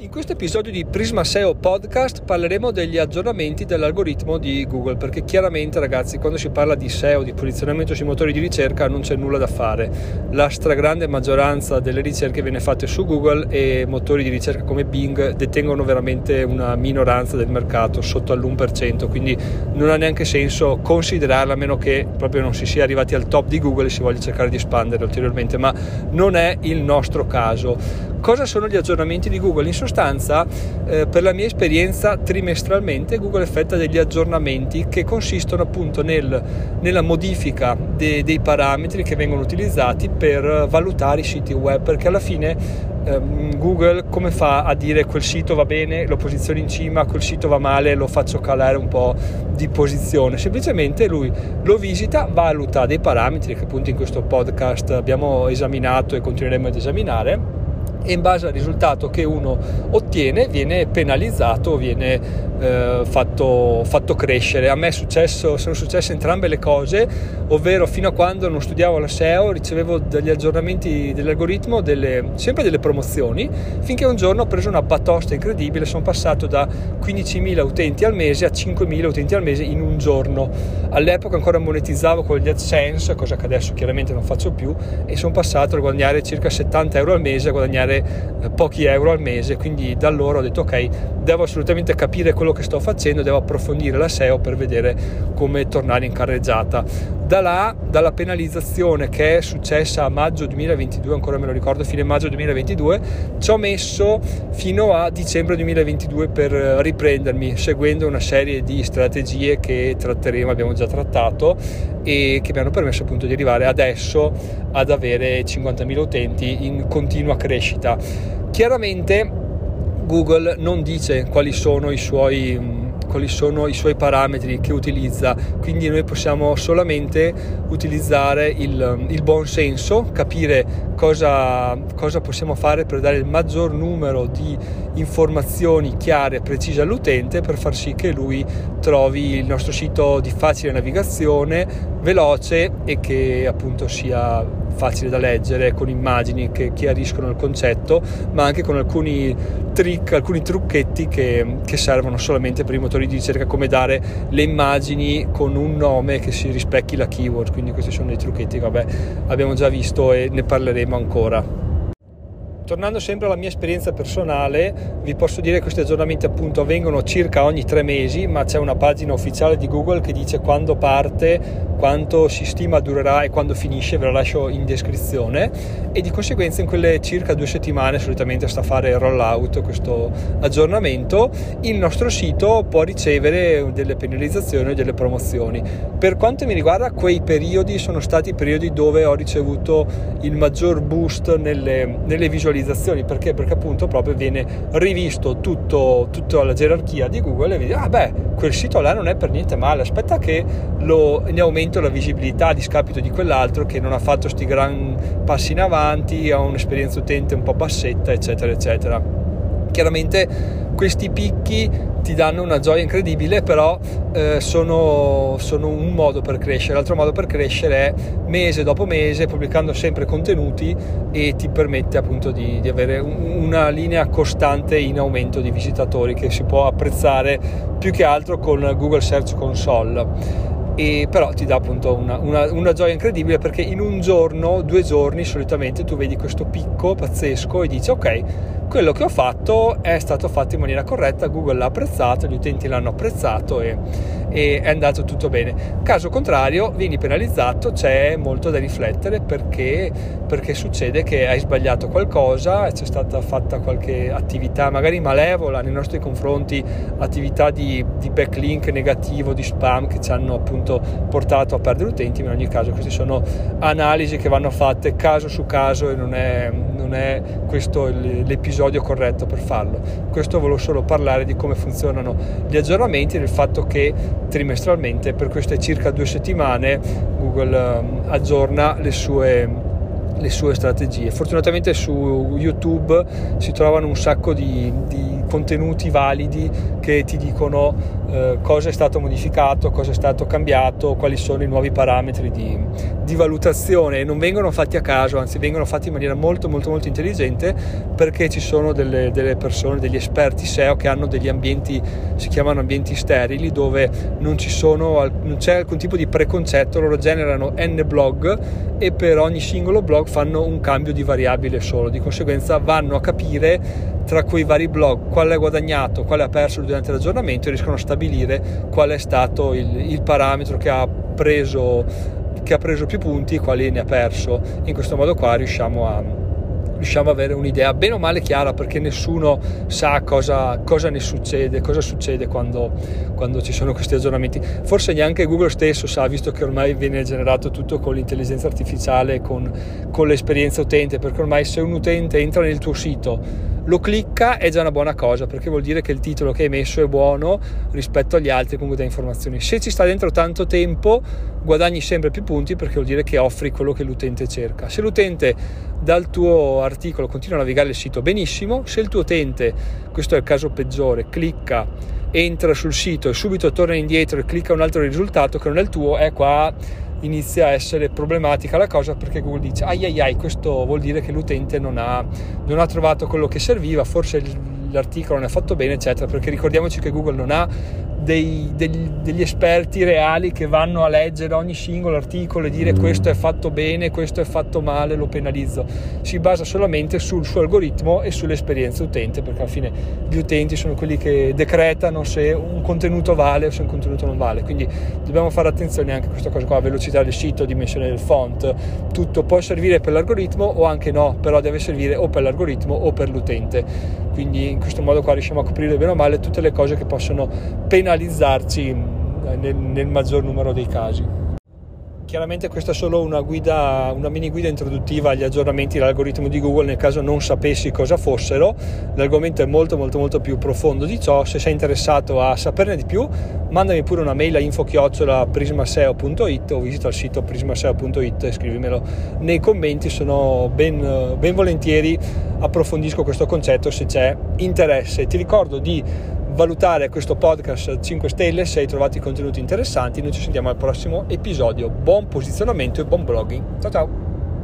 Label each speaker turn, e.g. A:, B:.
A: In questo episodio di Prisma SEO Podcast parleremo degli aggiornamenti dell'algoritmo di Google, perché chiaramente, ragazzi, quando si parla di SEO, di posizionamento sui motori di ricerca, non c'è nulla da fare. La stragrande maggioranza delle ricerche viene fatte su Google e motori di ricerca come Bing detengono veramente una minoranza del mercato, sotto all'1%, quindi non ha neanche senso considerarla, a meno che proprio non si sia arrivati al top di Google e si voglia cercare di espandere ulteriormente, ma non è il nostro caso. Cosa sono gli aggiornamenti di Google? In sostanza, per la mia esperienza, trimestralmente Google effettua degli aggiornamenti che consistono appunto nella modifica dei parametri che vengono utilizzati per valutare i siti web, perché alla fine Google come fa a dire quel sito va bene, lo posiziono in cima, quel sito va male, lo faccio calare un po' di posizione? Semplicemente lui lo visita, valuta dei parametri che appunto in questo podcast abbiamo esaminato e continueremo ad esaminare, e in base al risultato che uno ottiene viene penalizzato, viene fatto crescere. A me sono successe entrambe le cose, ovvero fino a quando non studiavo la SEO ricevevo degli aggiornamenti dell'algoritmo, sempre delle promozioni, finché un giorno ho preso una batosta incredibile. Sono passato da 15.000 utenti al mese a 5.000 utenti al mese in un giorno. All'epoca ancora monetizzavo con gli AdSense, cosa che adesso chiaramente non faccio più, e sono passato a guadagnare circa 70 euro al mese a guadagnare pochi euro al mese. Quindi da allora ho detto ok, devo assolutamente capire quello che sto facendo, devo approfondire la SEO per vedere come tornare in carreggiata. Dalla penalizzazione che è successa a maggio 2022, ancora me lo ricordo, fine maggio 2022, ci ho messo fino a dicembre 2022 per riprendermi, seguendo una serie di strategie che abbiamo già trattato e che mi hanno permesso appunto di arrivare adesso ad avere 50.000 utenti in continua crescita. Chiaramente Google non dice quali sono i suoi parametri che utilizza, quindi noi possiamo solamente utilizzare il buon senso, capire cosa possiamo fare per dare il maggior numero di informazioni chiare e precise all'utente, per far sì che lui trovi il nostro sito di facile navigazione, veloce e che appunto sia facile da leggere, con immagini che chiariscono il concetto, ma anche con alcuni trucchetti che servono solamente per i motori di ricerca, come dare le immagini con un nome che si rispecchi la keyword. Quindi questi sono dei trucchetti che abbiamo già visto e ne parleremo ancora. Tornando sempre alla mia esperienza personale, vi posso dire che questi aggiornamenti appunto avvengono circa ogni 3 mesi, ma c'è una pagina ufficiale di Google che dice quando parte, quanto si stima durerà e quando finisce. Ve la lascio in descrizione, e di conseguenza in quelle circa 2 settimane solitamente sta a fare rollout questo aggiornamento. Il nostro sito può ricevere delle penalizzazioni o delle promozioni. Per quanto mi riguarda, quei periodi sono stati i periodi dove ho ricevuto il maggior boost nelle visualizzazioni. Perché appunto proprio viene rivisto tutta la gerarchia di Google e vedi, quel sito là non è per niente male, aspetta che ne aumento la visibilità a discapito di quell'altro che non ha fatto sti gran passi in avanti, ha un'esperienza utente un po' bassetta, eccetera eccetera. Chiaramente questi picchi ti danno una gioia incredibile, però sono un modo per crescere. L'altro modo per crescere è mese dopo mese, pubblicando sempre contenuti, e ti permette appunto di avere una linea costante in aumento di visitatori, che si può apprezzare più che altro con Google Search Console. E però ti dà appunto una gioia incredibile, perché in un giorno, 2 giorni solitamente tu vedi questo picco pazzesco e dici ok, quello che ho fatto è stato fatto in maniera corretta, Google l'ha apprezzato, gli utenti l'hanno apprezzato e è andato tutto bene. Caso contrario vieni penalizzato, c'è molto da riflettere, perché succede che hai sbagliato qualcosa, c'è stata fatta qualche attività magari malevola nei nostri confronti, attività di backlink negativo, di spam, che ci hanno appunto portato a perdere utenti. Ma in ogni caso queste sono analisi che vanno fatte caso su caso e non è questo l'episodio corretto per farlo. Questo volevo solo parlare di come funzionano gli aggiornamenti, del fatto che trimestralmente per queste circa 2 settimane Google aggiorna le sue strategie. Fortunatamente su YouTube si trovano un sacco di contenuti validi che ti dicono cosa è stato modificato, cosa è stato cambiato, quali sono i nuovi parametri di valutazione, e non vengono fatti a caso, anzi vengono fatti in maniera molto molto molto intelligente, perché ci sono delle persone, degli esperti SEO che hanno degli ambienti, si chiamano ambienti sterili, dove non c'è alcun tipo di preconcetto. Loro generano n blog e per ogni singolo blog fanno un cambio di variabile solo, di conseguenza vanno a capire tra quei vari blog quale ha guadagnato, quale ha perso durante l'aggiornamento, e riescono a stabilire qual è stato il parametro che ha preso più punti e quali ne ha perso. In questo modo qua riusciamo a avere un'idea bene o male chiara, perché nessuno sa cosa succede quando ci sono questi aggiornamenti. Forse neanche Google stesso sa, visto che ormai viene generato tutto con l'intelligenza artificiale, con l'esperienza utente, perché ormai se un utente entra nel tuo sito, lo clicca, è già una buona cosa, perché vuol dire che il titolo che hai messo è buono rispetto agli altri, comunque dà informazioni. Se ci sta dentro tanto tempo guadagni sempre più punti, perché vuol dire che offri quello che l'utente cerca. Se l'utente dal tuo articolo continua a navigare il sito, benissimo. Se il tuo utente, questo è il caso peggiore, clicca, entra sul sito e subito torna indietro e clicca un altro risultato che non è il tuo, qua inizia a essere problematica la cosa, perché Google dice questo vuol dire che l'utente non ha trovato quello che serviva, forse l'articolo non è fatto bene, eccetera, perché ricordiamoci che Google non ha degli esperti reali che vanno a leggere ogni singolo articolo e dire questo è fatto bene, questo è fatto male, lo penalizzo. Si basa solamente sul suo algoritmo e sull'esperienza utente, perché alla fine gli utenti sono quelli che decretano se un contenuto vale o se un contenuto non vale. Quindi dobbiamo fare attenzione anche a questa cosa qua: velocità del sito, dimensione del font, tutto può servire per l'algoritmo o anche no, però deve servire o per l'algoritmo o per l'utente. Quindi in questo modo qua riusciamo a coprire bene o male tutte le cose che possono penalizzarci nel maggior numero dei casi. Chiaramente questa è solo una mini guida introduttiva agli aggiornamenti dell'algoritmo di Google, nel caso non sapessi cosa fossero. L'argomento è molto molto molto più profondo di ciò. Se sei interessato a saperne di più, mandami pure una mail a info@prismaseo.it o visita il sito prismaseo.it e scrivimelo nei commenti. Sono ben volentieri approfondisco questo concetto se c'è interesse. Ti ricordo di valutare questo podcast 5 stelle se hai trovato i contenuti interessanti. Noi ci sentiamo al prossimo episodio. Buon posizionamento e buon blogging. Ciao ciao.